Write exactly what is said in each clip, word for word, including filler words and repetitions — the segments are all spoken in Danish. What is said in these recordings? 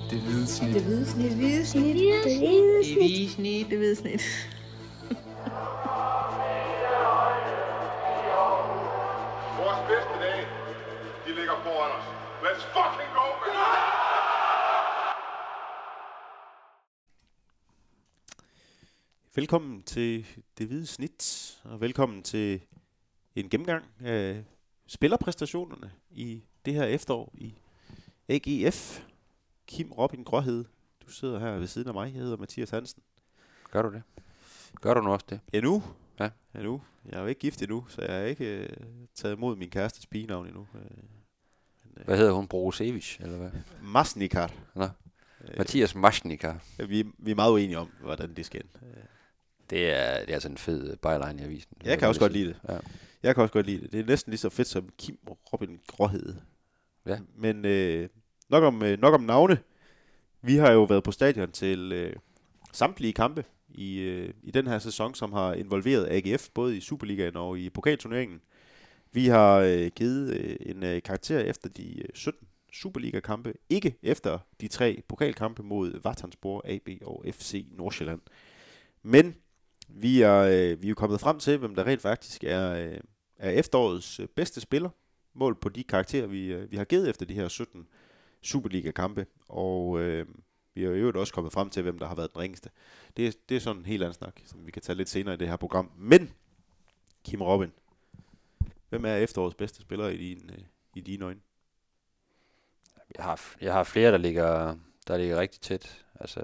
Det hvide snit. Det hvide snit. Det hvide snit. Det hvide Det hvide snit. Det hvide snit. Vores bedste dage, de ligger foran os. Let's fucking go, man! Velkommen til Det Hvide Snit, og velkommen til en gennemgang af spillerpræstationerne i det her efterår i A G F. Kim Robin Gråhed, du sidder her ved siden af mig. Jeg hedder Mathias Hansen. Gør du det? Gør du nu også det? Endnu? Ja. Endnu. Jeg er jo ikke gift endnu, så jeg har ikke øh, taget imod min kærestes pigenavn endnu. Øh, men, øh, Hvad hedder hun? Brosevic, eller hvad? Masnikar. Nå. Øh, Mathias Masnikar. vi, vi er meget uenige om, hvordan det skal ende. Øh, Det er, det er altså en fed byline i avisen. Jeg kan også godt lide det. Ja. Jeg kan også godt lide det. Det er næsten lige så fedt som Kim Robin Gråhed. Ja. Men øh, nok, om, øh, nok om navne. Vi har jo været på stadion til øh, samtlige kampe i, øh, i den her sæson, som har involveret A G F, både i Superligaen og i pokalturneringen. Vi har øh, givet øh, en øh, karakter efter de øh, sytten Superliga-kampe, ikke efter de tre pokalkampe mod Vatanspor, A B og F C Nordsjælland. Men vi er, øh, vi er jo kommet frem til, hvem der rent faktisk er, øh, er efterårets øh, bedste spiller, målt på de karakterer, vi, øh, vi har givet efter de her sytten Superliga-kampe. Og øh, vi er jo også kommet frem til, hvem der har været den ringeste. Det, er, det er sådan en helt anden snak, som vi kan tage lidt senere i det her program. Men, Kim Robin, hvem er efterårets bedste spiller i, din, øh, i dine øjne? Jeg har, jeg har flere, der ligger, der ligger rigtig tæt. Altså,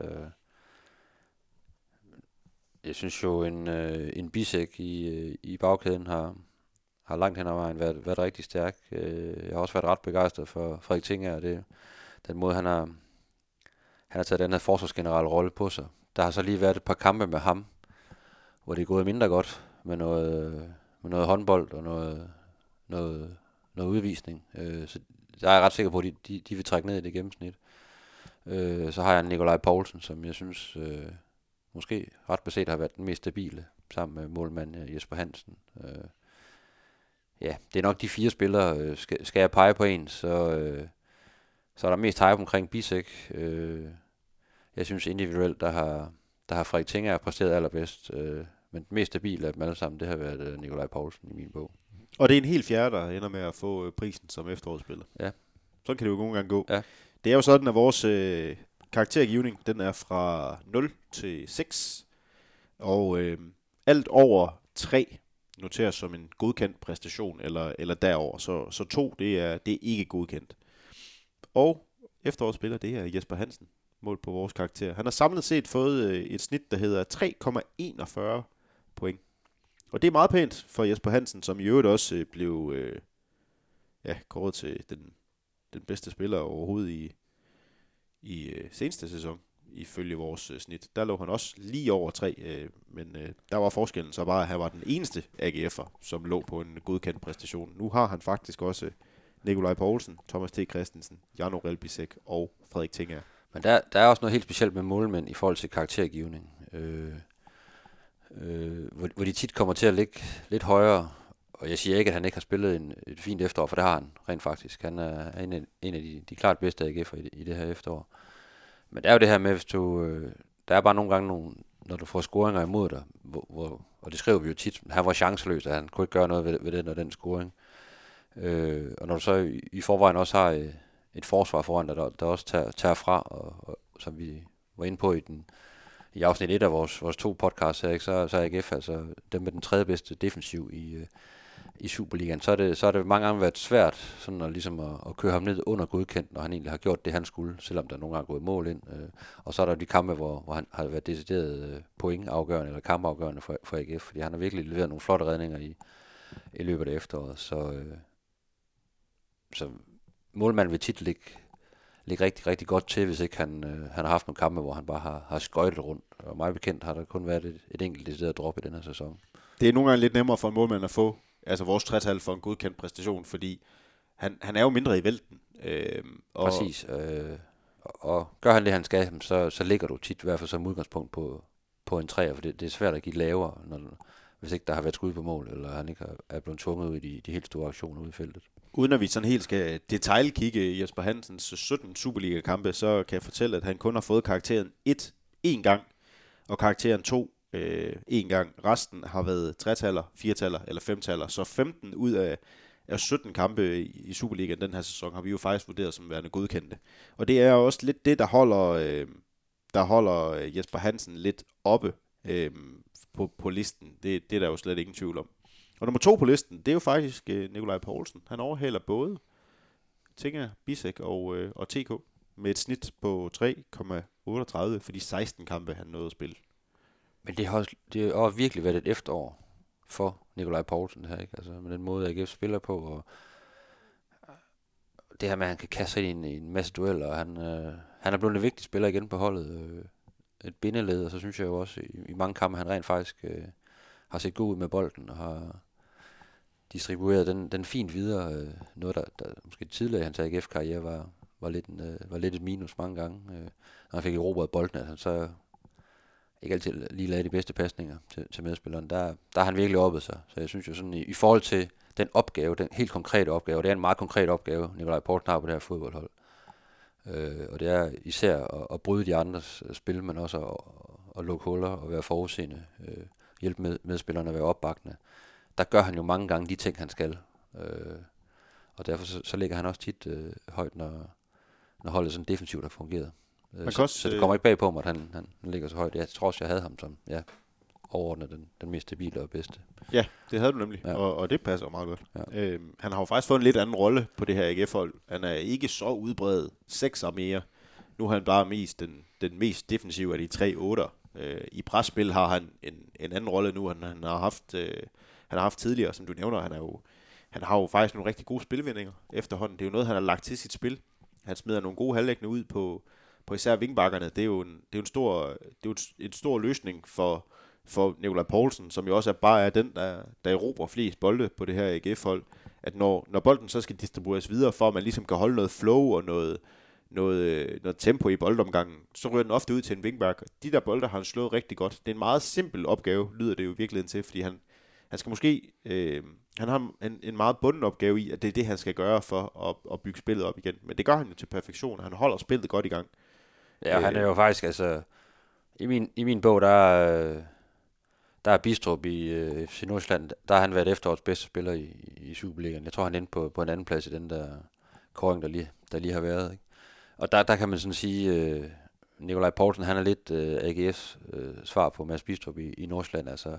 jeg synes jo, en, øh, en Bisek i, øh, i bagkæden har, har langt hen ad vejen været, været rigtig stærk. Øh, jeg har også været ret begejstret for Frederik Tinger, og det, den måde, han har, han har taget den her forsvarsgenerale rolle på sig. Der har så lige været et par kampe med ham, hvor det er gået mindre godt med noget, med noget håndbold og noget, noget, noget udvisning. Øh, så der er jeg ret sikker på, at de, de, de vil trække ned i det gennemsnit. Øh, så har jeg Nikolaj Poulsen, som jeg synes øh, måske ret beset har været den mest stabile, sammen med målmand Jesper Hansen. Øh, ja, det er nok de fire spillere. Øh, skal, skal jeg pege på en, så, øh, så er der mest hype omkring Bisek. Øh, jeg synes individuelt, der har, der har Frederik Tinger præsteret allerbedst. Øh, men den mest stabile af dem alle sammen, det har været øh, Nikolaj Poulsen i min bog. Og det er en helt fjerde, der ender med at få øh, prisen som efterårsspiller. Ja. Sådan kan det jo nogle gange gå. Ja. Det er jo sådan, at vores øh, karaktergivning, den er fra nul til seks. Og øh, alt over tre noteres som en godkendt præstation, eller, eller derover. Så, så to, det er, det er ikke godkendt. Og efterårsspiller, det er Jesper Hansen, målt på vores karakter. Han har samlet set fået øh, et snit, der hedder tre komma enogfyrre point. Og det er meget pænt for Jesper Hansen, som i øvrigt også øh, blev øh, ja, kåret til den, den bedste spiller overhovedet i, i øh, seneste sæson, ifølge vores øh, snit. Der lå han også lige over tre, øh, men øh, der var forskellen så bare, at han var den eneste A G F'er, som lå på en godkendt præstation. Nu har han faktisk også øh, Nikolaj Poulsen, Thomas T. Christensen, Jan Orel Bisek og Frederik Tinger. Men der, der er også noget helt specielt med målmænd i forhold til karaktergivning. Øh, øh, hvor, hvor de tit kommer til at ligge lidt højere. Og jeg siger ikke, at han ikke har spillet en, et fint efterår, for det har han rent faktisk. Han er en af, en af de, de klart bedste A G F'er i, i det her efterår. Men der er jo det her med, hvis du... Øh, der er bare nogle gange, nogle, når du får scoringer imod dig, hvor, hvor, og det skriver vi jo tit, han var chanceløs, at han kunne ikke gøre noget ved, ved den og den scoring. Øh, og når du så i, i forvejen også har øh, et forsvar foran dig, der, der også tager, tager fra, og, og som vi var inde på i, den, i afsnit et af vores, vores to podcasts her, ikke, så, så er A G F altså dem med den tredje bedste defensiv i, øh, i Superligaen. Så er, det, så er det mange gange været svært sådan at, ligesom at, at køre ham ned under godkendt, når han egentlig har gjort det, han skulle, selvom der nogle gange er gået mål ind. Øh, og så er der de kampe, hvor, hvor han har været decideret øh, pointafgørende eller kampafgørende for, for A G F, fordi han har virkelig leveret nogle flotte redninger i, i løbet af efteråret. Så, øh, så målmanden vil tit ligge, ligge rigtig, rigtig godt til, hvis ikke han, øh, han har haft nogle kampe, hvor han bare har, har skøjtet rundt. Og meget bekendt har der kun været et, et enkelt decideret drop i den her sæson. Det er nogle gange lidt nemmere for en målmand at få altså vores tretal for en godkendt præstation, fordi han, han er jo mindre i vælten. Øh, og Præcis. Øh, og, og gør han det, han skal, så, så ligger du tit i hvert fald som udgangspunkt på, på en træer, for det, det er svært at give lavere, når, hvis ikke der har været skud på mål, eller han ikke har, er blevet tvunget ud i de, de helt store aktioner ude i feltet. Uden at vi sådan helt skal detaljkigge Jesper Hansens sytten Superliga-kampe, så kan jeg fortælle, at han kun har fået karakteren et én gang, og karakteren to øh, én gang. Resten har været tretaller, firetaller eller femtaller, så femten ud af, af sytten kampe i, i Superligaen den her sæson har vi jo faktisk vurderet som værende godkendte. Og det er også lidt det, der holder, øh, der holder Jesper Hansen lidt oppe øh, på, på listen. Det, det er der jo slet ingen tvivl om. Og nummer to på listen, det er jo faktisk øh, Nikolaj Poulsen. Han overhaler både Tinger, Bisek og, øh, og T K med et snit på tre komma otteogtredive for de seksten kampe, han nåede at spille. Men det har, også, det har også virkelig været et efterår for Nikolaj Poulsen her, ikke? Altså med den måde, A G F spiller på, og det her med, at han kan kaste sig ind i en masse dueller, og han, øh, han er blevet en vigtig spiller igen på holdet. Øh, et bindeled, og så synes jeg jo også, i, i mange kampe, han rent faktisk øh, har set god ud med bolden, og har distribueret den, den fint videre. Øh, noget, der, der måske tidligere i hans A G F-karriere var, var, lidt en, øh, var lidt et minus mange gange. Øh, når han fik erobret bolden, at han så ikke altid lige lagde de bedste pasninger til, til medspilleren. Der, der har han virkelig oppet sig. Så jeg synes jo sådan, i, i forhold til den opgave, den helt konkrete opgave, det er en meget konkret opgave, Nikolaj Poulsen har på det her fodboldhold. Øh, og det er især at, at bryde de andres spil, men også at, at lukke huller og være forudseende, øh, hjælpe med, medspillerne at være opbakkende. Der gør han jo mange gange de ting, han skal. Øh, og derfor så, så ligger han også tit øh, højt, når, når holdet sådan defensivt har fungeret. Øh, så, også, så det kommer ikke bag på mig, at han, han, han ligger så højt. Jeg tror også, jeg havde ham som ja, overordnet den, den mest stabile og bedste. Ja, det havde du nemlig, ja. og, og det passer meget godt. Ja. Øhm, han har jo faktisk fået en lidt anden rolle på det her A G F-hold. Han er ikke så udbredt sekser mere. Nu er han bare mest den, den mest defensive af de tre otter. Øh, I presspil har han en, en anden rolle nu, end han har haft, øh, han har haft tidligere, som du nævner. Han, er jo, han har jo faktisk nogle rigtig gode spilvindinger efterhånden. Det er jo noget, han har lagt til sit spil. Han smider nogle gode halvlæggende ud på, på især vingbakkerne. Det er jo en, det er jo en, stor, det er jo en, en stor løsning for, for Nikolaj Poulsen, som jo også er bare er den, der, der erobrer flest bolde på det her A G F-hold. At når, når bolden så skal distribueres videre, for at man ligesom kan holde noget flow og noget, noget, noget tempo i boldomgangen, så ryger den ofte ud til en wingback. De der bolde har han slået rigtig godt. Det er en meget simpel opgave, lyder det jo virkelig til, fordi han, han skal måske, øh, han har en, en meget bunden opgave i, at det er det, han skal gøre for at, at bygge spillet op igen. Men det gør han jo til perfektion, han holder spillet godt i gang. Ja, øh, han er jo faktisk, altså, i min, i min bog, der, der er Bistrup i øh, F C Nordsjælland, der har han været efterårets bedste spiller i, i Superligaen. Jeg tror, han endte på, på en anden plads i den der kåring, der lige, der lige har været, ikke? Og der, der kan man sådan sige, øh, Nikolaj Poulsen, han er lidt øh, A G F's øh, svar på Mads Bistrup i, i Nordsjælland. Altså,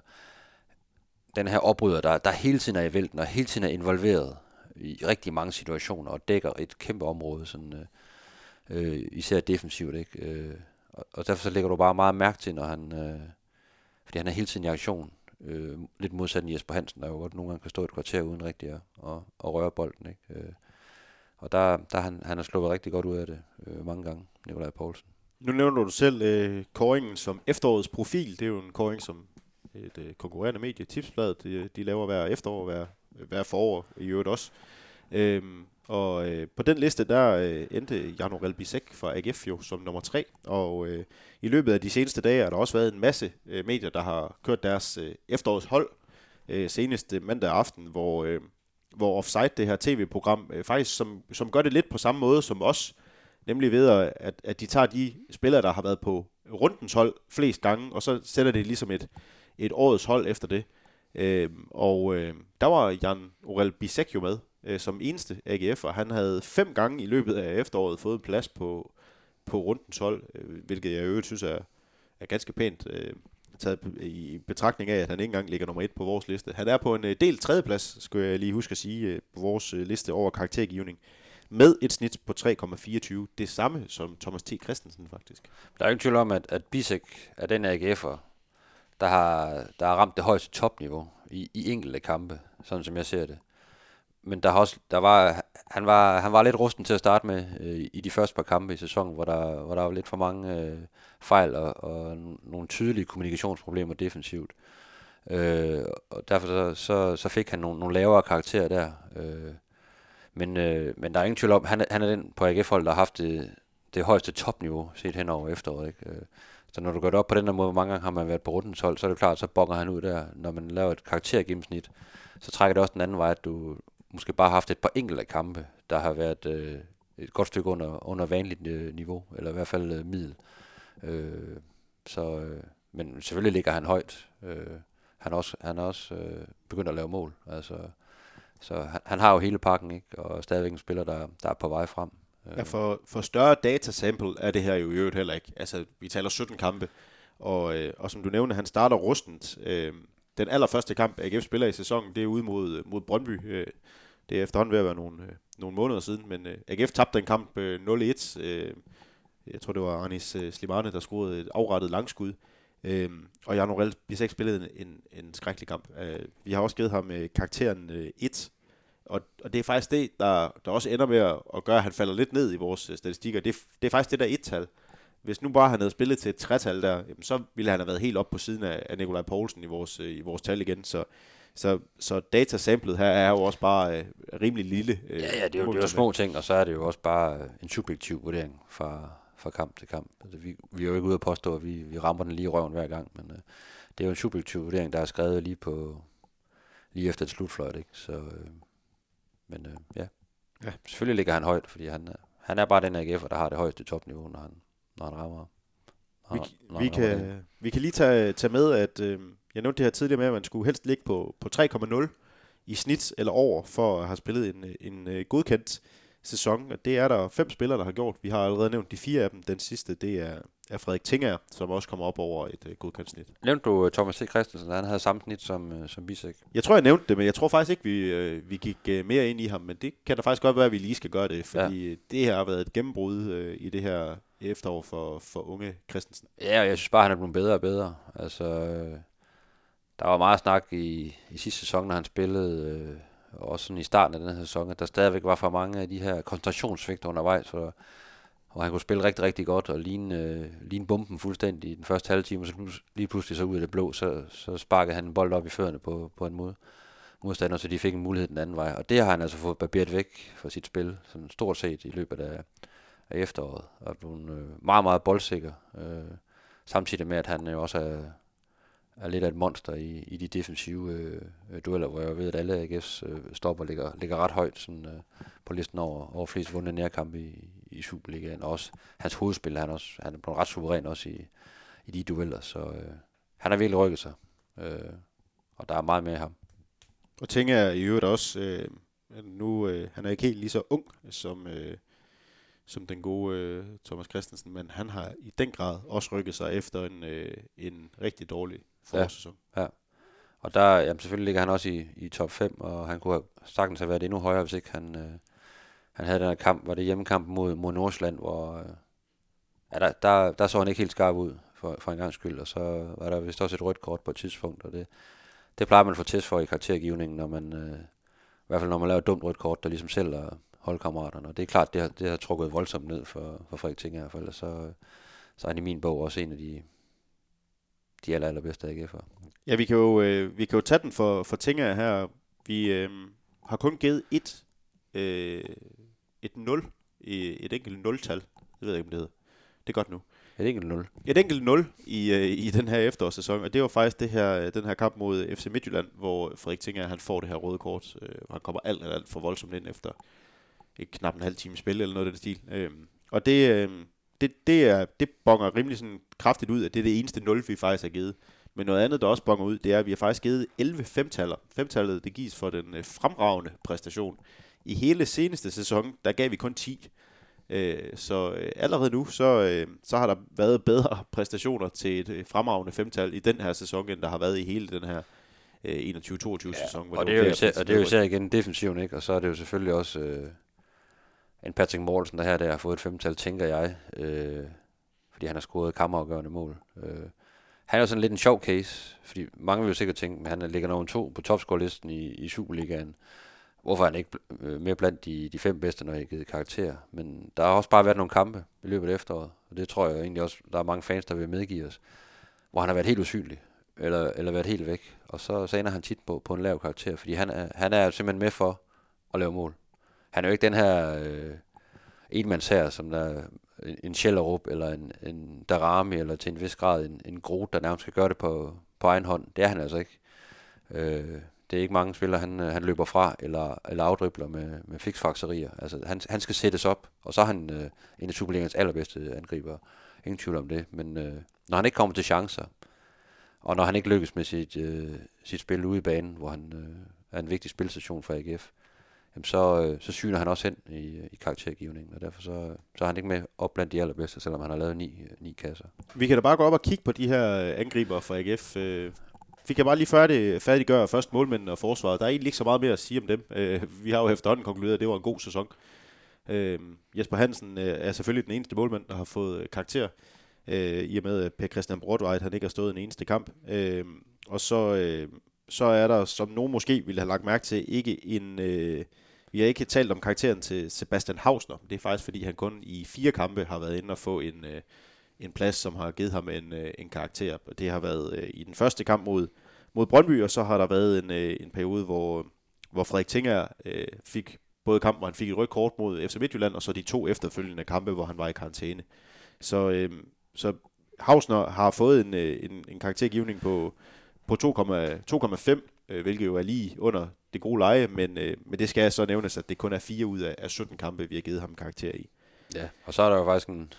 den her opbryder, der, der hele tiden er i vælten, og hele tiden er involveret i rigtig mange situationer, og dækker et kæmpe område, sådan, øh, øh, især defensivt, ikke? Øh, og, og derfor så lægger du bare meget mærke til, når han, øh, fordi han er hele tiden i aktion. Øh, lidt modsat Jesper Hansen, der jo godt nogle gange kan stå et kvarter uden rigtig at, at, at røre bolden, ikke? Øh, Og der, der han, han har sluppet rigtig godt ud af det øh, mange gange, Nikolaj Poulsen. Nu nævner du selv øh, kåringen som efterårets profil. Det er jo en kåring, som et øh, konkurrerende medie, Tipsbladet, de, de laver hver efterår, hver, hver forår i øvrigt også. Øhm, og øh, på den liste, der øh, endte Jan Orel Bisek fra A G F jo som nummer tre. Og øh, i løbet af de seneste dage har der også været en masse øh, medier, der har kørt deres øh, efterårshold. Øh, senest øh, mandag aften, hvor... Øh, hvor Offside, det her tv-program, øh, faktisk som, som gør det lidt på samme måde som os, nemlig ved, at, at de tager de spillere, der har været på rundens hold flest gange, og så sætter det ligesom et, et årets hold efter det. Øh, og øh, der var Jan Orel Bisek jo med, øh, som eneste A G F, og han havde fem gange i løbet af efteråret fået en plads på, på rundens hold, øh, hvilket jeg øvrigt synes er, er ganske pænt, øh, taget i betragtning af, at han ikke engang ligger nummer et på vores liste. Han er på en del tredjeplads, skal jeg lige huske at sige, på vores liste over karaktergivning, med et snit på tre komma fireogtyve. Det samme som Thomas T. Christensen, faktisk. Der er jo ikke tvivl om, at, at Bisek er den A G F'er, der har, der har ramt det højeste topniveau i, i enkelte kampe, sådan som jeg ser det. Men der har også, der var, han, var, han var lidt rusten til at starte med øh, i de første par kampe i sæsonen, hvor der, hvor der var lidt for mange øh, fejl og, og nogle tydelige kommunikationsproblemer defensivt. Øh, og derfor så, så, så fik han nogle, nogle lavere karakterer der. Øh, men, øh, men der er ingen tvivl om, han, han er den på A G F-hold, der har haft det, det højeste topniveau set hen over efteråret, ikke? Øh, Så når du gør det op på den der måde, hvor mange gange har man været på rundens hold, så er det klart, så bonger han ud der. Når man laver et karaktergennemsnit, så trækker det også den anden vej, at du måske bare har haft et par enkelte kampe, der har været øh, et godt stykke under, under vanligt øh, niveau, eller i hvert fald øh, middel. Øh, så, øh, men selvfølgelig ligger han højt. Øh, han er også, han er også øh, begyndt at lave mål. Altså, så han, han har jo hele pakken, ikke? Og stadigvæk en spiller, der, der er på vej frem. Ja, for, for større datasample er det her jo i øvrigt heller ikke. Altså, vi taler sytten kampe, og, øh, og som du nævner, han starter rustent. Øh, den allerførste kamp, A G F spiller i sæsonen, det er ude mod, mod Brøndby. Øh, det er efterhånden ved at være nogle, øh, nogle måneder siden, men øh, A G F tabte den kamp øh, nul et. Øh, jeg tror, det var Anis øh, Slimane, der scorede et afrettet langskud. Øh, og Jan Norell, vi har ikke spillet en, en, en skrækkelig kamp. Øh, vi har også givet ham øh, karakteren øh, et. Og, og det er faktisk det, der, der også ender med at, at gøre, at han falder lidt ned i vores uh, statistikker. Det, det er faktisk det der et-tal. Hvis nu bare han havde spillet til et tre-tal der, jamen, så ville han have været helt op på siden af, af Nikolaj Poulsen i vores, uh, i vores tal igen. Så, så, så datasamplet her er jo også bare uh, rimelig lille. Uh, ja, ja, det er jo, det er jo små ting, og så er det jo også bare en subjektiv vurdering fra, fra kamp til kamp. Altså, vi, vi er jo ikke ude at påstå, at vi, vi rammer den lige i røven hver gang, men uh, det er jo en subjektiv vurdering, der er skrevet lige, på, lige efter et slutfløjt, ikke? Så... Uh, Men øh, ja. ja, selvfølgelig ligger han højt, fordi han, han er bare den A G F'er, der har det højeste topniveau, når han, når han rammer. Når, vi, når vi, han kan, rammer vi kan lige tage, tage med, at øh, jeg nævnte det her tidligere med, at man skulle helst ligge på, på tre komma nul i snit eller over, for at have spillet en, en, en godkendt sæson. Og det er der fem spillere, der har gjort. Vi har allerede nævnt de fire af dem. Den sidste, det er, er Frederik Tinger, som også kommer op over et uh, godkendt snit. Nævnte du uh, Thomas C. Christensen, han havde samme snit som, uh, som Bisek? Jeg tror, jeg nævnte det, men jeg tror faktisk ikke, vi, uh, vi gik uh, mere ind i ham. Men det kan da faktisk godt være, at vi lige skal gøre det, fordi ja. det her har været et gennembrud uh, i det her efterår for, for unge Christensen. Ja, og jeg synes bare, han er blevet bedre og bedre. Altså, øh, der var meget snak i, i sidste sæson, når han spillede... Øh, og også sådan i starten af den her sæson, at der stadigvæk var for mange af de her koncentrationssvigter undervejs, hvor, hvor han kunne spille rigtig, rigtig godt og ligne, øh, ligne bomben fuldstændig i den første halve time, og så lige pludselig så ud af det blå, så, så sparkede han en bold op i fødderne på, på en mod, modstander, så de fik en mulighed den anden vej. Og det har han altså fået barberet væk fra sit spil, sådan stort set i løbet af, af efteråret, og blevet øh, meget, meget boldsikker, øh, samtidig med, at han jo også er er lidt af et monster i, i de defensive øh, dueller, hvor jeg ved, at alle A G F's øh, stopper ligger, ligger ret højt sådan, øh, på listen over, over flest vundne nærkampe i, i Superligaen. Og også hans hovedspil, han, også, han er blevet ret suveræn også i, i de dueller, så øh, han har virkelig rykket sig, øh, og der er meget med ham. Og tænker jeg i øvrigt også, øh, nu øh, han er ikke helt lige så ung som, øh, som den gode øh, Thomas Christensen, men han har i den grad også rykket sig efter en, øh, en rigtig dårlig forårssæson. Ja, ja. Og der, jamen selvfølgelig ligger han også i, i top fem, og han kunne have sagtens have været endnu højere, hvis ikke han, øh, han havde den her kamp, var det hjemmekamp mod, mod Nordsjælland, hvor øh, ja, der, der, der så han ikke helt skarp ud for, for en gang skyld, og så var der vist også et rødt kort på et tidspunkt, og det, det plejer man at få test for i karaktergivningen, når man, øh, i hvert fald når man laver et dumt rødt kort, der ligesom selv er holdkammeraterne, og det er klart, det har, det har trukket voldsomt ned for, for Frederik Tinger i hvert fald, så, så er han i min bog også en af de de aller, allerbedste A G F'er. Ja, vi kan jo, øh, vi kan jo tage den for, for Tinger her. Vi øh, har kun givet et, øh, et nul, et enkelt nul-tal. Det ved jeg ikke, om det hedder. Det er godt nu. Et enkelt nul. Et enkelt nul i, øh, i den her efterårssæson, og det var faktisk det her, den her kamp mod F C Midtjylland, hvor Frederik Tinger, han får det her røde kort. Øh, han kommer alt, alt for voldsomt ind efter et knap en halv time spil, eller noget af den stil. Øh, og det... Øh, Det, det, er, det bonger rimelig sådan kraftigt ud, at det er det eneste nul, vi faktisk har givet. Men noget andet, der også bonger ud, det er, at vi har faktisk givet elleve femtaller. Femtallet, det gives for den øh, fremragende præstation. I hele seneste sæson, der gav vi kun ti. Øh, så øh, allerede nu, så, øh, så har der været bedre præstationer til et øh, fremragende femtal i den her sæson, end der har været i hele den her øh, enogtyve toogtyve ja, sæson. Og det, er jo især, og det er jo især igen defensiven, ikke? Og så er det jo selvfølgelig også... Øh en Patrick Mortensen, der her der har fået et femtal, tænker jeg, øh, fordi han har scoret kammerafgørende mål. Øh, han er jo sådan lidt en sjov case, fordi mange vil jo sikkert tænke, at han ligger nummer to på topscore-listen i, i Superligaen. Hvorfor er han ikke øh, mere blandt de, de fem bedste, når jeg har givet karakter? Men der har også bare været nogle kampe i løbet af efteråret, og det tror jeg egentlig også, der er mange fans, der vil medgive os, hvor han har været helt usynlig, eller, eller været helt væk. Og så, så ender han tit på, på en lav karakter, fordi han er, han er simpelthen med for at lave mål. Han er jo ikke den her øh, enmands her, som der en, en Schellerup, eller en, en Darami, eller til en vis grad en, en Groth, der nærmest skal gøre det på, på egen hånd. Det er han altså ikke. Øh, det er ikke mange spillere, han, han løber fra, eller, eller afdribler med, med fiksfakserier. Altså, han, han skal sættes op, og så er han øh, en af Superligaens allerbedste angriber. Ingen tvivl om det. Men øh, når han ikke kommer til chancer, og når han ikke lykkes med sit, øh, sit spil ude i banen, hvor han øh, er en vigtig spilstation for A G F, jamen så, øh, så syner han også hen i, i karaktergivningen, og derfor så, så er han ikke med op blandt de allerbedste, selvom han har lavet ni, ni kasser. Vi kan da bare gå op og kigge på de her angriber fra A G F. Vi kan bare lige færdig, færdiggøre først målmændene og forsvaret. Der er egentlig ikke så meget mere at sige om dem. Vi har jo efterhånden konkluderet, at det var en god sæson. Jesper Hansen er selvfølgelig den eneste målmand, der har fået karakter, i og med at Per Christian Brodtveit, han ikke har stået en eneste kamp. Og så... så er der, som nogen måske ville have lagt mærke til, ikke en... Øh, vi har ikke talt om karakteren til Sebastian Hausner. Det er faktisk, fordi han kun i fire kampe har været inde og få en, øh, en plads, som har givet ham en, øh, en karakter. Det har været øh, i den første kamp mod, mod Brøndby, og så har der været en, øh, en periode, hvor, hvor Frederik Tinger øh, fik både kampen, hvor han fik et rødt kort mod F C Midtjylland, og så de to efterfølgende kampe, hvor han var i karantæne. Så, øh, så Hausner har fået en, øh, en, en karaktergivning på... på to komma fem, øh, hvilket jo er lige under det gode leje, men, øh, men det skal så nævnes, at det kun er fire ud af, af sytten kampe, vi har givet ham karakter i. Ja, og så er der jo faktisk en,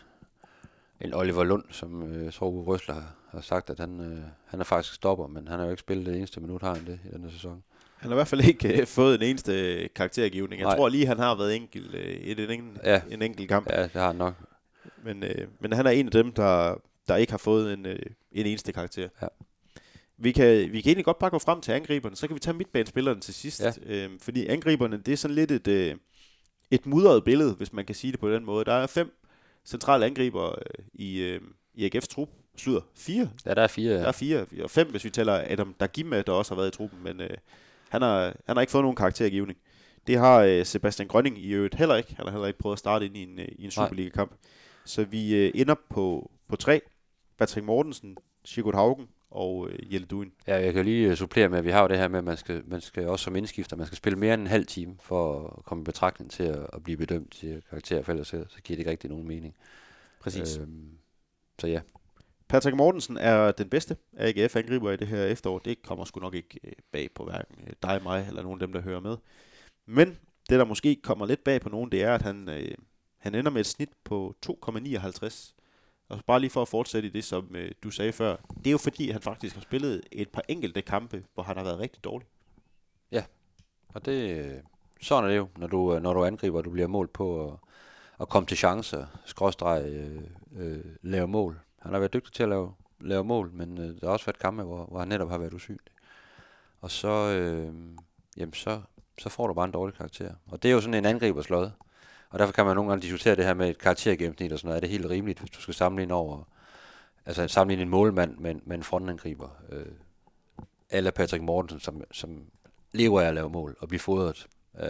en Oliver Lund, som øh, jeg tror, Uwe Røsler har, har sagt, at han, øh, han er faktisk stopper, men han har jo ikke spillet det eneste minut, har han det i denne sæson. Han har i hvert fald ikke øh, fået en eneste karaktergivning. Jeg Nej. tror lige, han har været enkelt, øh, et, en, en, ja. en enkelt kamp. Ja, det har han nok. Men, øh, men han er en af dem, der, der ikke har fået en, øh, en eneste karakter. Ja. Vi kan, vi kan egentlig godt bare gå frem til angriberne, så kan vi tage midtbanespillerne til sidst. Ja. Øhm, fordi angriberne, det er sådan lidt et, øh, et mudret billede, hvis man kan sige det på den måde. Der er fem centrale angriber øh, i, øh, i A G F's trup. Slutter fire? Ja, der er fire. Ja. Der er fire, og fem, hvis vi tæller Adam Dagima, der også har været i truppen, men øh, han, har, han har ikke fået nogen karaktergivning. Det har øh, Sebastian Grønning i øvrigt heller ikke. Han har heller ikke prøvet at starte ind i en, øh, i en Superliga-kamp. Så vi øh, ender på, på tre. Patrick Mortensen, Sigurd Haugen og øh, Jelle Duin. Ja, jeg kan lige supplere med, at vi har jo det her med, at man skal, man skal også som indskifter, man skal spille mere end en halv time for at komme i betragtning til at, at blive bedømt til karakter, for ellers så, så giver det ikke rigtig nogen mening. Præcis. Øhm, så ja. Patrick Mortensen er den bedste A G F-angriber i det her efterår. Det kommer sgu nok ikke bag på hverken dig, mig eller nogen af dem, der hører med. Men det, der måske kommer lidt bag på nogen, det er, at han, øh, han ender med et snit på to komma nioghalvtreds. Og bare lige for at fortsætte i det, som øh, du sagde før. Det er jo fordi, han faktisk har spillet et par enkelte kampe, hvor han har været rigtig dårlig. Ja, og det sådan er det jo, når du, når du angriber, og du bliver målt på at, at komme til chancer, skråstreg, øh, øh, lave mål. Han har været dygtig til at lave, lave mål, men øh, der har også været kampe, hvor, hvor han netop har været usynlig. Og så, øh, jamen så, så får du bare en dårlig karakter. Og det er jo sådan en angriberslod. Og derfor kan man nogle gange diskutere det her med et karaktergennemsnit og sådan noget. Er det helt rimeligt, hvis du skal sammenligne over, altså sammenligne en målmand med, med en frontangriber? Øh, eller Patrick Mortensen, som, som lever af at lave mål og blive fodret øh,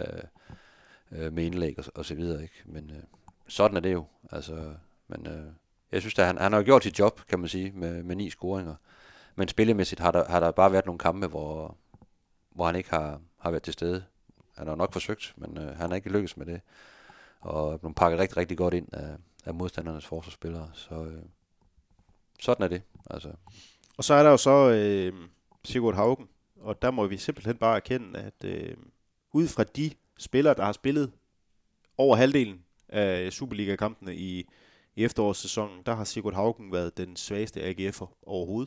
øh, med indlæg og, og så videre, ikke? Men øh, sådan er det jo. Altså, men øh, jeg synes, at han, han har jo gjort sit job, kan man sige, med, med ni scoringer. Men spillemæssigt har der, har der bare været nogle kampe, hvor, hvor han ikke har, har været til stede. Han har nok forsøgt, men øh, han har ikke lykkes med det. Og er blevet pakket rigtig, rigtig godt ind af, af modstandernes forsvarsspillere. Så øh, sådan er det. Altså. Og så er der jo så øh, Sigurd Haugen, og der må vi simpelthen bare erkende, at øh, ud fra de spillere, der har spillet over halvdelen af Superliga-kampene i, i efterårssæsonen, der har Sigurd Haugen været den svageste A G F'er overhovedet.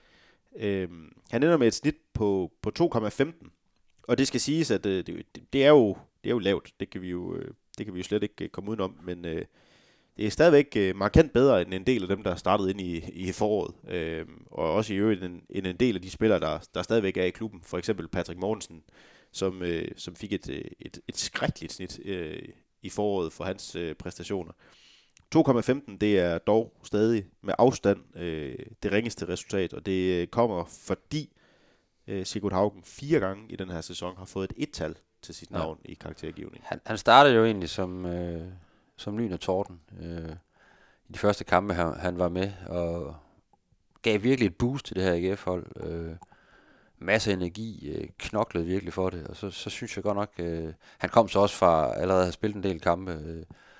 Øh, han ender med et snit på, på to komma femten, og det skal siges, at øh, det, det, er jo, det er jo lavt, det kan vi jo... Øh, Det kan vi jo slet ikke komme udenom, men øh, det er stadigvæk øh, markant bedre end en del af dem, der er startet ind i, i foråret. Øh, og også i øvrigt en, en del af de spillere, der, der stadigvæk er i klubben. For eksempel Patrick Mortensen, som, øh, som fik et, et, et skrækkeligt snit øh, i foråret for hans øh, præstationer. to komma femten, det er dog stadig med afstand øh, det ringeste resultat, og det øh, kommer fordi øh, Sigurd Haugen fire gange i den her sæson har fået et et-tal til sit navn ja. i karaktergivning. Han, han startede jo egentlig som, øh, som lyn og torden øh, i de første kampe, han, han var med, og gav virkelig et boost til det her A G F-hold. Øh, masse energi, øh, knoklede virkelig for det, og så, så synes jeg godt nok, øh, han kom så også fra allerede at have spillet en del kampe, øh,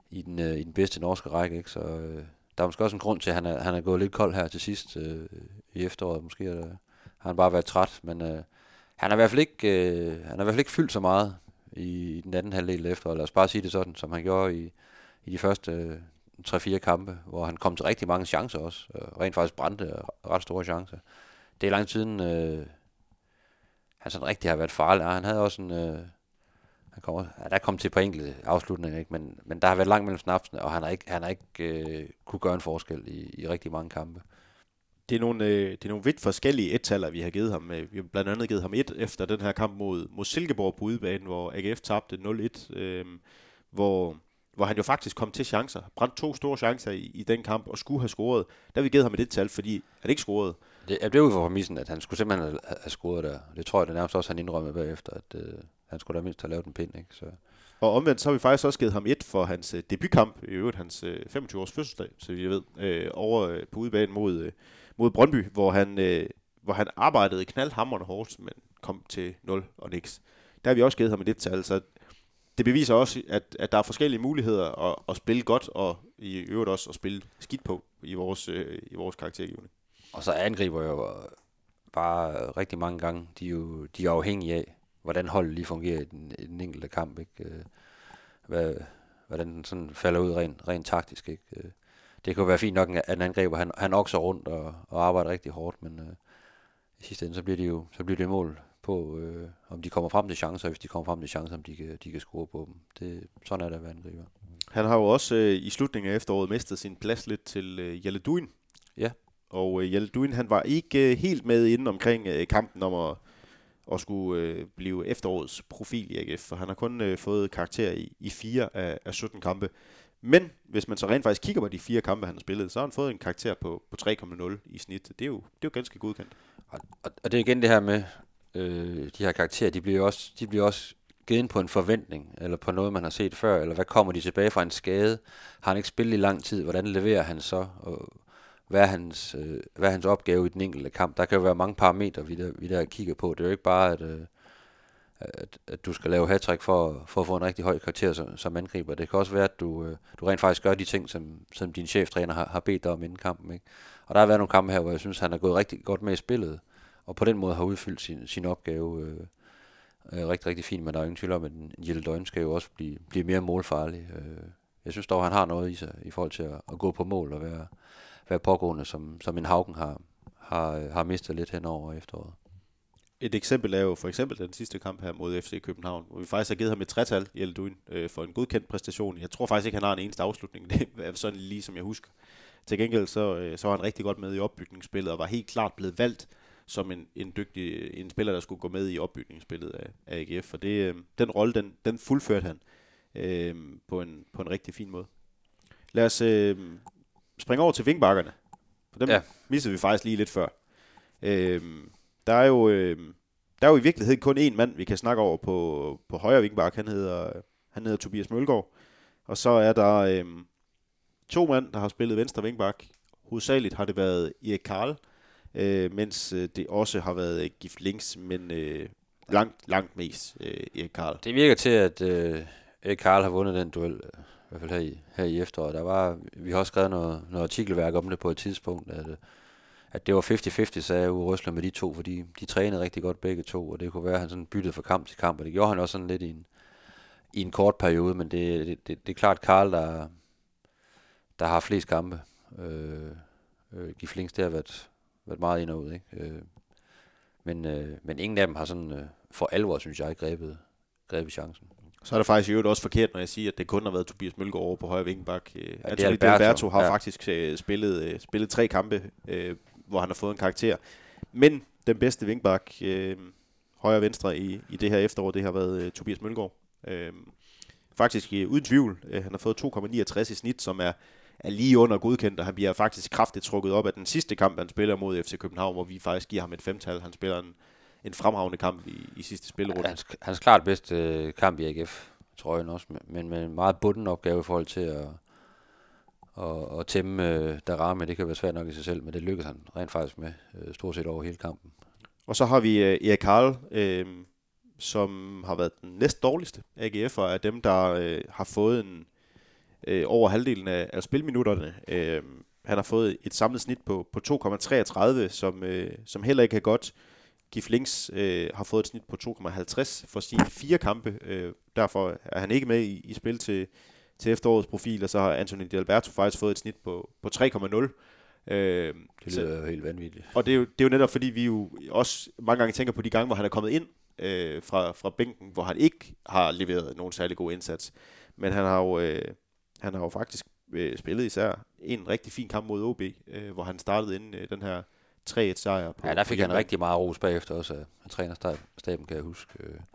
i den, øh, i den bedste norske række, ikke? Så øh, der er måske også en grund til, at han er, han er gået lidt kold her til sidst øh, i efteråret. Måske øh, har han bare været træt, men øh, han har i hvert fald ikke, øh, han har i hvert fald ikke fyldt så meget i, i den anden halvdel af efteråret. Lad os bare sige det sådan, som han gjorde i, i de første øh, tre fire kampe, hvor han kom til rigtig mange chancer også, og rent faktisk brændte ret store chancer. Det er lang tid siden, øh, han sådan rigtig har været farlig. Han havde også en... Øh, han kommer, ja, der kom til på enkelte afslutninger, ikke? Men, men der har været langt mellem snapsene, og han har ikke, han har ikke øh, kunne gøre en forskel i, i rigtig mange kampe. Det er nogle, øh, det er nogle vidt forskellige et-taller, vi har givet ham. Vi har blandt andet givet ham et efter den her kamp mod, mod Silkeborg på udebane, hvor A G F tabte nul et, øh, hvor, hvor han jo faktisk kom til chancer. Brændte to store chancer i, i den kamp, og skulle have scoret. Der har vi givet ham et et-tal, fordi han ikke scorede. Det, jeg blev ud for præmissen, at han skulle simpelthen have, have scoret der. Det tror jeg, det nærmest også han indrømmede bagefter, at øh, han skulle da mindst have lavet en pind, ikke? Så. Og omvendt, så har vi faktisk også givet ham et for hans øh, debutkamp, i øvrigt hans øh, femogtyve års fødselsdag, så vi ved, øh, over øh, på udebane mod, øh, mod Brøndby, hvor han, øh, hvor han arbejdede knaldhamrende hårdt, men kom til nul og niks. Der har vi også givet ham et et-tal, så det beviser også, at, at der er forskellige muligheder at, at spille godt, og i øvrigt også at spille skidt på i vores, øh, i vores karaktergivning. Og så angriber jo bare rigtig mange gange, de er jo de er afhængige af, hvordan holdet lige fungerer i den, i den enkelte kamp, ikke? Hvad, hvordan den sådan falder ud rent, rent taktisk, ikke? Det kan jo være fint nok, at en angriber, han, han okser rundt og, og arbejder rigtig hårdt, men øh, i sidste ende, så bliver det jo så bliver det mål på, øh, om de kommer frem til chancer, hvis de kommer frem til chancer, om de kan, de kan score på dem. Det, sådan er det at være angriber. Han har jo også øh, i slutningen af efteråret mistet sin plads lidt til øh, Jelle Duin. Ja. Og øh, Jelle Duin, han var ikke øh, helt med inden omkring øh, kampen om at, at skulle øh, blive efterårets profil i A G F, for han har kun øh, fået karakter i, i fire af, af sytten kampe. Men hvis man så rent faktisk kigger på de fire kampe, han har spillet, så har han fået en karakter på, på tre komma nul i snit. Det er jo, det er jo ganske godkendt. Og, og, og det er igen det her med, øh, de her karakterer, de bliver også, de bliver også givet ind på en forventning, eller på noget, man har set før, eller hvad kommer de tilbage fra en skade? Har han ikke spillet i lang tid? Hvordan leverer han så? Og hvad er hans, øh, hvad er hans opgave i den enkelte kamp? Der kan jo være mange parametre, vi der, vi der kigger på. Det er jo ikke bare, at, øh, at, at du skal lave hat-trick for, for at få en rigtig høj karakter som, som angriber. Det kan også være, at du, øh, du rent faktisk gør de ting, som, som din cheftræner har, har bedt dig om inden kampen, ikke? Og der har været nogle kampe her, hvor jeg synes, han har gået rigtig godt med i spillet, og på den måde har udfyldt sin, sin opgave øh, øh, rigtig, rigtig fint. Men der er ingen tvivl om, at en Jelle Duin skal jo også blive, blive mere målfarlig. Øh, jeg synes dog, han har noget i sig i forhold til at, at gå på mål og være, være pågående, som, som en Haugen har, har, har mistet lidt hen over efteråret. Et eksempel er jo for eksempel den sidste kamp her mod F C København, hvor vi faktisk har givet ham et tretal, Jelle Duin, øh, for en godkendt præstation. Jeg tror faktisk ikke, han har en eneste afslutning. Det er sådan lige, som jeg husker. Til gengæld så, øh, så var han rigtig godt med i opbygningsspillet, og var helt klart blevet valgt som en, en dygtig en spiller, der skulle gå med i opbygningsspillet af, af A G F. Og det, øh, den rolle, den, den fuldførte han øh, på, en, på en rigtig fin måde. Lad os øh, springe over til vingbakkerne. For dem ja. missede vi faktisk lige lidt før. Øh, der, er jo, øh, der er jo i virkeligheden kun én mand, vi kan snakke over på, på højre vingbak. Han hedder, han hedder Tobias Mølgaard. Og så er der øh, to mand, der har spillet venstre vingbak. Hovedsageligt har det været Erik Karl, øh, mens øh, det også har været øh, Gift Links, men øh, langt, langt mest øh, Erik Karl. Det virker til, at øh, Erik Karl har vundet den duel, i hvert fald her i, her i efteråret. Der var, vi har også skrevet noget, noget artikelværk om det på et tidspunkt, at, at det var halvtreds halvtreds, sagde Uwe Røsler med de to, fordi de trænede rigtig godt begge to, og det kunne være, at han sådan byttede fra kamp til kamp, og det gjorde han også sådan lidt i en, i en kort periode, men det, det, det, det er klart Karl, der, der har flest kampe. Øh, øh, Gift Links, det har været, været meget ind og ud, ikke? Øh, men, øh, men ingen af dem har sådan øh, for alvor, synes jeg, grebet, grebet chancen. Så er det faktisk i øvrigt også forkert, når jeg siger, at det kun har været Tobias Mølgaard over på højre vingbak. Ja, Anthony Alberto, Alberto har ja. faktisk uh, spillet, uh, spillet tre kampe, uh, hvor han har fået en karakter. Men den bedste vingbak, uh, højre og venstre i, i det her efterår, det har været uh, Tobias Mølgaard. Uh, faktisk uh, uden tvivl. Uh, han har fået to komma niogtres i snit, som er, er lige under godkendt, og han bliver faktisk kraftigt trukket op af den sidste kamp, han spiller mod F C København, hvor vi faktisk giver ham et femtal. Han spiller en en fremragende kamp i, i sidste spillerunde. Ja, hans, hans klart bedste øh, kamp i A G F, tror jeg også, men med en meget bunden opgave i forhold til at, at, at tæmme øh, Darame. Det kan være svært nok i sig selv, men det lykkedes han rent faktisk med øh, stort set over hele kampen. Og så har vi øh, Erik Karl, øh, som har været den næst dårligste A G F'er af dem, der øh, har fået en, øh, over halvdelen af, af spilminutterne. Øh, han har fået et samlet snit på, på to komma treogtredive, som, øh, som heller ikke er godt. Gif Links øh, har fået et snit på to komma halvtreds for sine fire kampe. Øh, derfor er han ikke med i, i spil til, til efterårets profil, og så har Anthony D'Alberto faktisk fået et snit på, på tre komma nul. Øh, det lyder jo helt vanvittigt. Og det er, jo, det er jo netop fordi, vi jo også mange gange tænker på de gange, hvor han er kommet ind øh, fra, fra bænken, hvor han ikke har leveret nogen særlig god indsats. Men han har jo, øh, han har jo faktisk øh, spillet især en rigtig fin kamp mod O B, øh, hvor han startede inden øh, den her tre et sejr. På, ja, der fik han rigtig meget ros bagefter også af, af trænerstaben, kan jeg huske.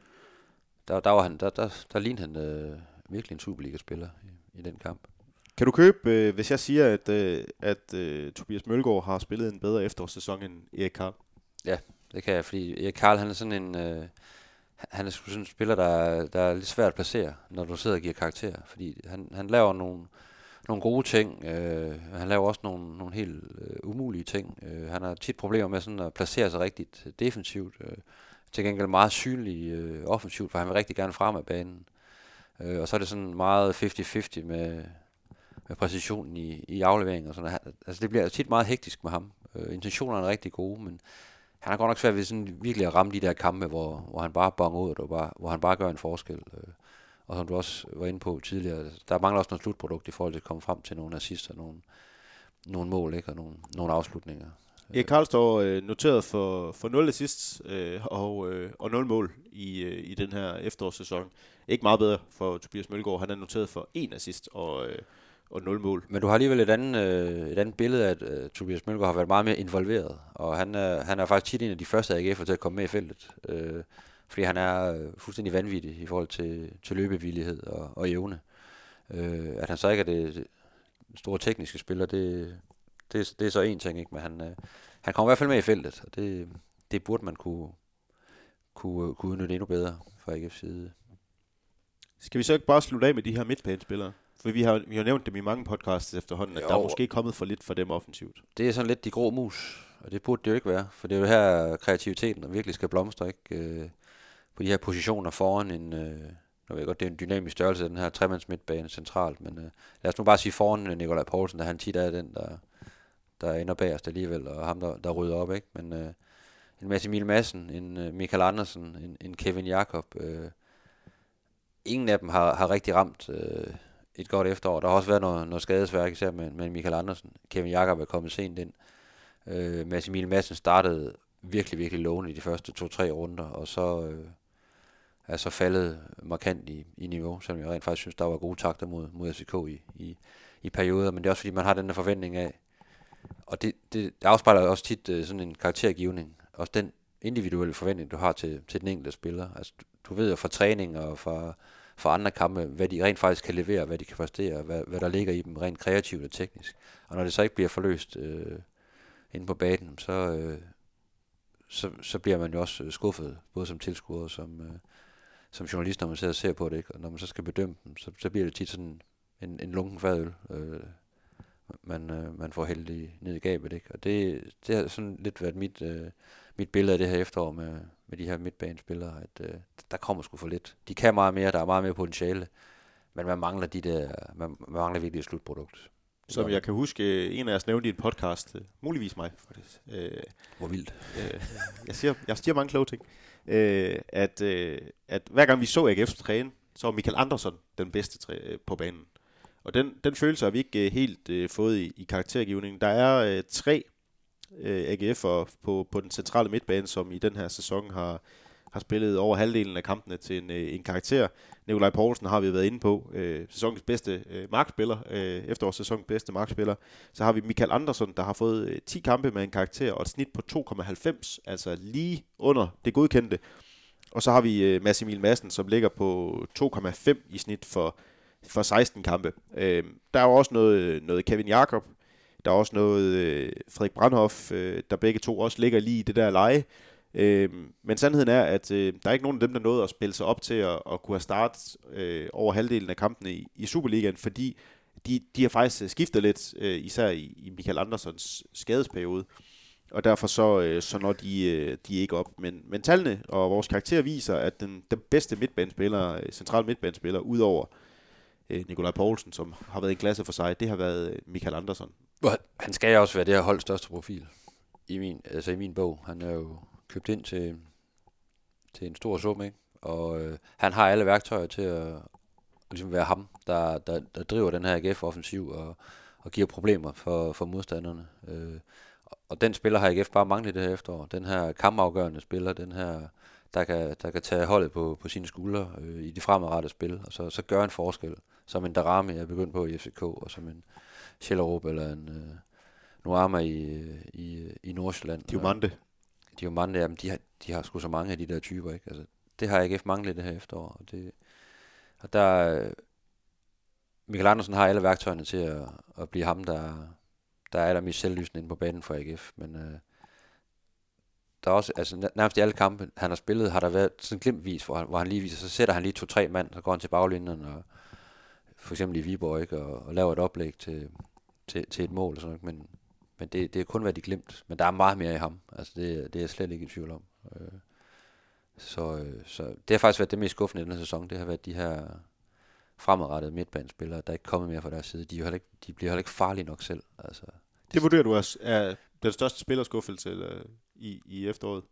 Der, der, var han, der, der, der lignede han øh, virkelig en Superliga-spiller i, i den kamp. Kan du købe, øh, hvis jeg siger, at, øh, at øh, Tobias Mølgaard har spillet en bedre efterårssæson end Erik Karl? Ja, det kan jeg, fordi Erik Karl, han er sådan en... Øh, han er sådan en spiller, der, der er lidt svært at placere, når du sidder og giver karakterer. Fordi han, han laver nogle, nogle gode ting. Øh, han laver også nogle, nogle helt øh, umulige ting. Øh, han har tit problemer med sådan at placere sig rigtigt defensivt. Øh, til gengæld meget synlig øh, offensivt, for han vil rigtig gerne frem af banen. Øh, og så er det sådan meget halvtreds halvtreds med, med præcisionen i, i afleveringen. Og sådan. Altså det bliver tit meget hektisk med ham. Øh, intentionerne er rigtig gode, men han har godt nok svært ved sådan virkelig at ramme de der kampe, hvor, hvor han bare bonger ud, og bare, hvor han bare gør en forskel. Og som du også var inde på tidligere, der mangler også noget slutprodukt i forhold til at komme frem til nogle assister, nogle, nogle mål, ikke? Og nogle, nogle afslutninger. Erik Karl står øh, noteret for, for nul assists øh, og, øh, og nul mål i, øh, i den her efterårssæson. Ikke meget bedre for Tobias Mølgaard. Han er noteret for en assist og... Øh, og nul mål. Men du har alligevel et andet, øh, et andet billede af, at uh, Tobias Mølgaard har været meget mere involveret, og han er, han er faktisk tit en af de første A G F'er til at komme med i feltet, øh, fordi han er øh, fuldstændig vanvittig i forhold til, til løbevillighed og, og evne. Øh, at han så ikke er det, det store tekniske spiller, det, det, det er så en ting, ikke? Men han, øh, han kommer i hvert fald med i feltet, og det, det burde man kunne, kunne, kunne udnytte endnu bedre fra A G F's side. Skal vi så ikke bare slutte af med de her midtbanespillere? For vi har, vi har nævnt dem i mange podcasts efterhånden, at jo. Der er måske kommet for lidt for dem offensivt. Det er sådan lidt de grå mus, og det burde det jo ikke være. For det er jo her kreativiteten virkelig skal blomstre, ikke? Øh, på de her positioner foran en... Øh, jeg ved godt, det er en dynamisk størrelse, den her tremands midtbane centralt, men øh, lad os nu bare sige foran Nikolaj Poulsen, der han tit er den, der, der ender bagerst alligevel, og ham, der, der rydder op, ikke? Men øh, en Mads Emil Madsen, en øh, Michael Andersen, en, en Kevin Jakob, øh, ingen af dem har, har rigtig ramt... Øh, et godt efterår. Der har også været noget, noget skadesværk, især med, med Michael Andersen. Kevin Jakob er kommet sent ind. Øh, Mads Emil Madsen startede virkelig, virkelig lovende i de første to-tre runder, og så øh, er så faldet markant i, i niveau, selvom jeg rent faktisk synes, der var gode takter mod, mod F C K i, i, i perioder, men det er også fordi, man har den der forventning af, og det, det, det afspejler også tit øh, sådan en karaktergivning, også den individuelle forventning, du har til, til den enkelte spiller. Altså, du, du ved jo fra træning og fra for andre kampe, hvad de rent faktisk kan levere, hvad de kan præstere, hvad, hvad der ligger i dem rent kreativt og teknisk. Og når det så ikke bliver forløst øh, inde på banen, så, øh, så, så bliver man jo også skuffet, både som tilskuer og som, øh, som journalist, når man sidder og ser på det, ikke? Og når man så skal bedømme dem, så, så bliver det tit sådan en, en lunken fadøl, øh, man, øh, man får heldig ned i gabet, ikke? Og det, det har sådan lidt været mit, øh, mit billede af det her efterår med, med de her midtbanespillere, at øh, der kommer sgu for lidt. De kan meget mere, der er meget mere potentiale, men man mangler de der, man, man mangler virkelig et slutprodukt. Som jeg kan huske, en af os nævnte i en podcast, muligvis mig faktisk. Øh, Hvor vildt. Øh, jeg, siger, jeg siger mange kloge ting. Øh, at, øh, at hver gang vi så A G F's træne, så var Michael Andersen den bedste træ, på banen. Og den, den følelse har vi ikke uh, helt uh, fået i, i karaktergivningen. Der er uh, tre uh, A G F'er på, på den centrale midtbane, som i den her sæson har, har spillet over halvdelen af kampene til en, uh, en karakter. Nikolaj Poulsen har vi været inde på, uh, sæsonens bedste uh, markspiller, uh, efterårssæsonens bedste markspiller. Så har vi Michael Andersen, der har fået uh, ti kampe med en karakter og et snit på to komma halvfems, altså lige under det godkendte. Og så har vi uh, Mads Emil Madsen, som ligger på to komma fem i snit for for seksten kampe. Øh, der er jo også noget, noget Kevin Jakob, der er også noget øh, Frederik Brandhoff, øh, der begge to også ligger lige i det der leje. Øh, men sandheden er, at øh, der er ikke nogen af dem, der nåede at spille sig op til at, at kunne have startet øh, over halvdelen af kampene i, i Superligaen, fordi de, de har faktisk skiftet lidt, øh, især i, i Michael Andersens skadesperiode. Og derfor så, øh, så når de, de ikke op. Men, men tallene og vores karakter viser, at den, den bedste midtbanespiller, central midtbanespiller, udover øh, Nikolaj Poulsen, som har været en klasse for sig. Det har været øh, Michael Andersson. Han skal også være det her holds største profil i min, altså i min bog. Han er jo købt ind til, til en stor sum, ikke? Og øh, han har alle værktøjer til at, at ligesom være ham, der, der, der driver den her A G F-offensiv og, og giver problemer for, for modstanderne. Øh, og den spiller har A G F bare manglet det her efterår. Den her kampafgørende spiller, den her, der kan, der kan tage holdet på, på sine skuldre øh, i de fremadrettede spil, og så, så gør en forskel. Som en Darami er begyndt på i F C K, og som en Schellerup eller en øh, Nuama i, i, i Nordsjælland. Diomande. Diomande, jamen de har, de har sgu så mange af de der typer, ikke? Altså, det har A G F manglet det her efterår. Og, det, og der, Michael Andersen har alle værktøjerne til at, at blive ham, der, der er allermest selvlysende inde på banen for A G F. Men øh, der er også, altså nærmest i alle kampe, han har spillet, har der været sådan glimtvis, hvor han, hvor han lige viser, så sætter han lige to-tre mand, så går han til baglinjen, og for eksempel i Viborg, ikke, og, og laver et oplæg til, til, til et mål og sådan noget. Men, men det, det er kun, hvad de glemt. Men der er meget mere i ham. Altså det, det er jeg slet ikke i tvivl om. Øh, så, øh, så det har faktisk været det mest skuffende i den her sæson. Det har været de her fremadrettede midtbanespillere, der er ikke kommet mere fra deres side. De, er ikke, de bliver heller ikke farlige nok selv. Altså, Det vurderer du er, er den største spillerskuffelse eller, i, i efteråret?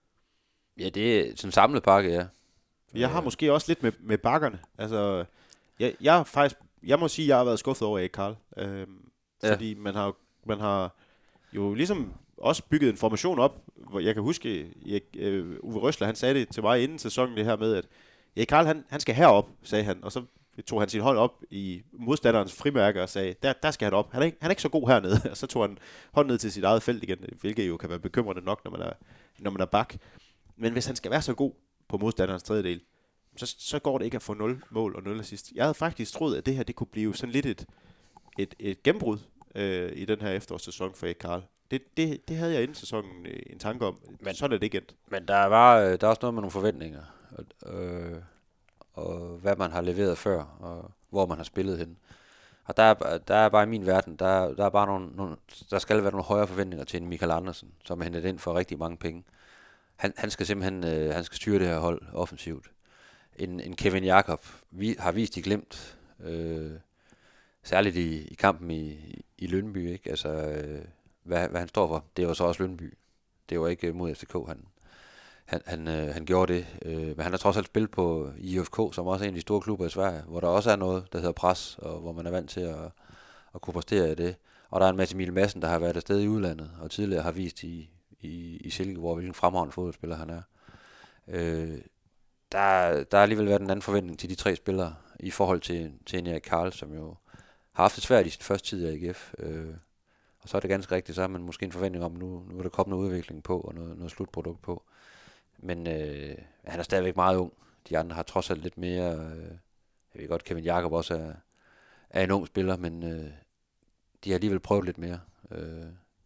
Ja, det er sådan en samlet pakke, ja. Jeg har måske også lidt med, med bakkerne. Altså, jeg, jeg, faktisk, jeg må sige, at jeg har været skuffet over Erik Karl. Øhm, Ja. Fordi man har, man har jo ligesom også bygget en formation op, hvor jeg kan huske, jeg, øh, Uwe Røsler, han sagde det til mig inden sæsonen, det her med, at Erik Karl, han, han skal herop, sagde han, og så tog han sit hold op i modstanderens frimærker og sagde, der, der skal han op. Han er, ikke, han er ikke så god hernede. Og så tog han hånden ned til sit eget felt igen, hvilket jo kan være bekymrende nok, når man er, når man er bak. Men hvis han skal være så god på modstanderens tredjedel, så, så går det ikke at få nul mål og nul assist. Jeg havde faktisk troet, at det her det kunne blive sådan lidt et, et, et gennembrud øh, i den her efterårssæson for Erik Karl. Det, det, det havde jeg inden sæsonen øh, en tanke om. Men sådan er det ikke endt. Men der var der er også noget med nogle forventninger. Og, øh, og hvad man har leveret før, og hvor man har spillet hen. Og der er, der er bare i min verden, der, der er bare nogle, nogle, der skal være nogle højere forventninger til en Michael Andersen, som er hentet ind for rigtig mange penge. Han, han skal simpelthen øh, han skal styre det her hold offensivt. En, en Kevin Jakob vi, har vist i glemt, øh, særligt i, i kampen i, i Lyngby, ikke? Altså, øh, hvad, hvad han står for. Det var så også Lyngby. Det var ikke mod F C K, han Han, han, øh, han gjorde det, øh, men han har trods alt spillet på I F K, som også er en af de store klubber i Sverige, hvor der også er noget, der hedder pres, og hvor man er vant til at, at kunne præstere i det. Og der er en Mads Emil Madsen, der har været afsted i udlandet, og tidligere har vist i, i, i Silkeborg, hvilken fremragende fodboldspiller han er. Øh, der, der har alligevel været en anden forventning til de tre spillere, i forhold til, til en Erik Karl, som jo har haft det svært i sin første tid i A G F. Øh, og så er det ganske rigtigt, så har man måske en forventning om, nu, nu er der kommet noget udvikling på, og noget, noget slutprodukt på. Men øh, han er stadigvæk meget ung. De andre har trods alt lidt mere... Øh, jeg ved godt, Kevin Jakob også er, er en ung spiller, men øh, de har alligevel prøvet lidt mere. Øh,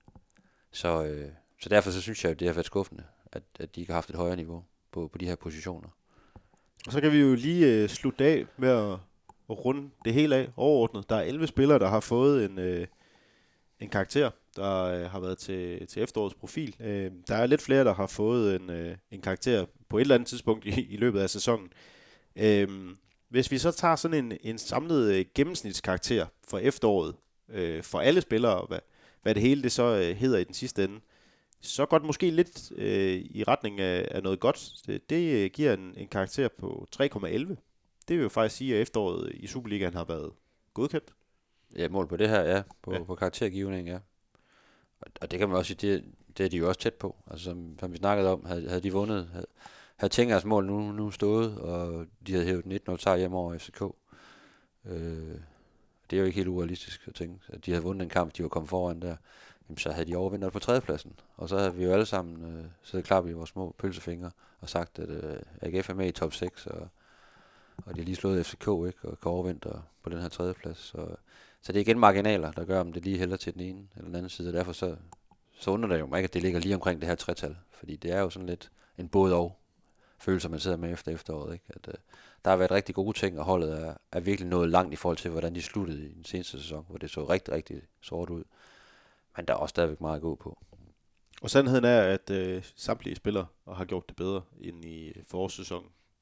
så, øh, så derfor så synes jeg, at det har været skuffende, at, at de ikke har haft et højere niveau på, på de her positioner. Og så kan vi jo lige øh, slutte af med at, at runde det hele af overordnet. Der er elleve spillere, der har fået en, øh, en karakter, der øh, har været til, til efterårets profil. Øh, der er lidt flere, der har fået en, øh, en karakter på et eller andet tidspunkt i, i løbet af sæsonen. Øh, hvis vi så tager sådan en, en samlet øh, gennemsnitskarakter for efteråret, øh, for alle spillere, hvad, hvad det hele det så øh, hedder i den sidste ende, så går det måske lidt øh, i retning af, af noget godt. Det, det giver en, en karakter på tre komma elleve. Det vil jo faktisk sige, at efteråret i Superligaen har været godkendt. Ja, mål på det her, ja. På, ja. på karaktergivning, ja. Og, og det kan man også sige, det, det er de jo også tæt på. Altså som, som vi snakkede om, havde, havde de vundet, havde, havde Tingers mål nu, nu stået, og de havde hævet nitten nul sejr hjemme over F C K. Øh, det er jo ikke helt urealistisk at tænke, at de havde vundet en kamp, de var kommet foran der. Jamen, så havde de overvintret på tredjepladsen. Og så havde vi jo alle sammen øh, siddet klar ved vores små pølsefingre og sagt, at øh, A G F er med i top seks, og, og de har lige slået F C K, ikke, og kan overvintre på den her tredjeplads. Så, så det er igen marginaler, der gør, om det lige hælder til den ene eller den anden side. Og derfor så, så undrer det jo mig ikke, at det ligger lige omkring det her tretal. Fordi det er jo sådan lidt en både og følelse, man sidder med efter efteråret. Ikke? At, øh, der har været rigtig gode ting, og holdet er, er virkelig nået langt i forhold til, hvordan de sluttede i den seneste sæson, hvor det så rigtig, rigtig sort ud. Men der er også stadigvæk meget at gå på. Og sandheden er, at øh, samtlige spillere har gjort det bedre end i forårssæsonen.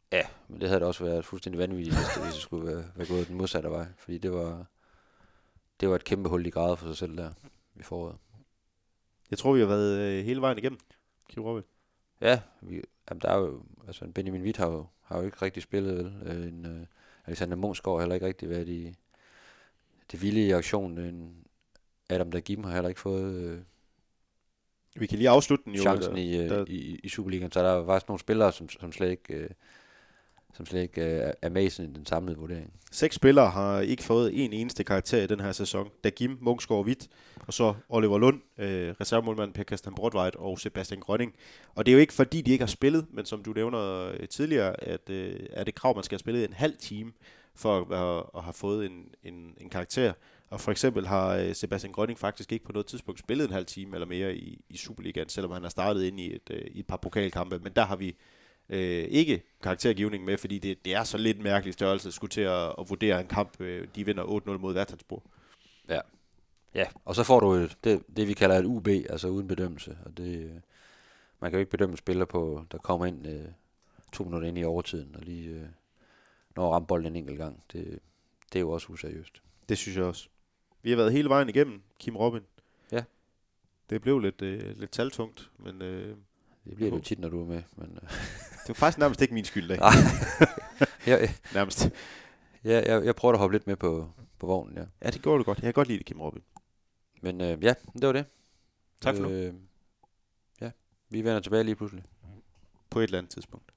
Ja, men det havde da også været fuldstændig vanvittigt, hvis det, hvis det skulle være, være gået den modsatte vej. Fordi det var, det var et kæmpe hul i gradet for sig selv der i foråret. Jeg tror, vi har været øh, hele vejen igennem, Kim Robin. Ja, vi, jamen der er jo, altså Benjamin Witt har jo, har jo ikke rigtig spillet, vel? Øh, en, øh, Alexander Munchsgaard har heller ikke rigtig været i det vilde i aktionen. En Adam Dagim har heller ikke fået øh, Vi kan lige afslutte den jo. chancen der, i, øh, der, i, i Superligaen, så der er faktisk nogle spillere, som, som slet ikke, øh, som slet ikke øh, er med i sådan den samlede vurdering. Seks spillere har ikke fået en eneste karakter i den her sæson. Dagim, Munchsgaard, Witt, og så Oliver Lund, øh, reservemålmand Per Christian Brodtvejt og Sebastian Grønning. Og det er jo ikke fordi, de ikke har spillet, men som du nævner øh, tidligere, at øh, er det krav, man skal have spillet en halv time for at, at, at have fået en, en, en karakter. Og for eksempel har øh, Sebastian Grønning faktisk ikke på noget tidspunkt spillet en halv time eller mere i, i Superligaen, selvom han har startet ind i et, øh, i et par pokalkampe. Men der har vi Øh, ikke karaktergivning med, fordi det, det er så lidt mærkelig størrelse at skulle til at, at vurdere en kamp. Øh, de vinder otte nul mod Vertansborg. Ja. Ja, og så får du et, det, det, vi kalder et U B, altså uden bedømmelse. Og det, øh, man kan jo ikke bedømme spillere på, der kommer ind øh, to minutter ind i overtiden, og lige øh, når at ramme bolden en enkelt gang. Det, det er jo også useriøst. Det synes jeg også. Vi har været hele vejen igennem, Kim Robin. Ja. Det blev lidt, øh, lidt taltungt, men øh, det bliver det jo tit, når du er med. Men, øh. det var faktisk nærmest ikke min skyld, da. Nej. jeg, nærmest. Ja, jeg, jeg prøver at hoppe lidt med på, på vognen, ja. Ja, det gjorde du godt. Jeg kan godt lide det, Kim Robin. Men øh, ja, det var det. Tak for øh, Ja, vi vender tilbage lige pludselig. På et eller andet tidspunkt.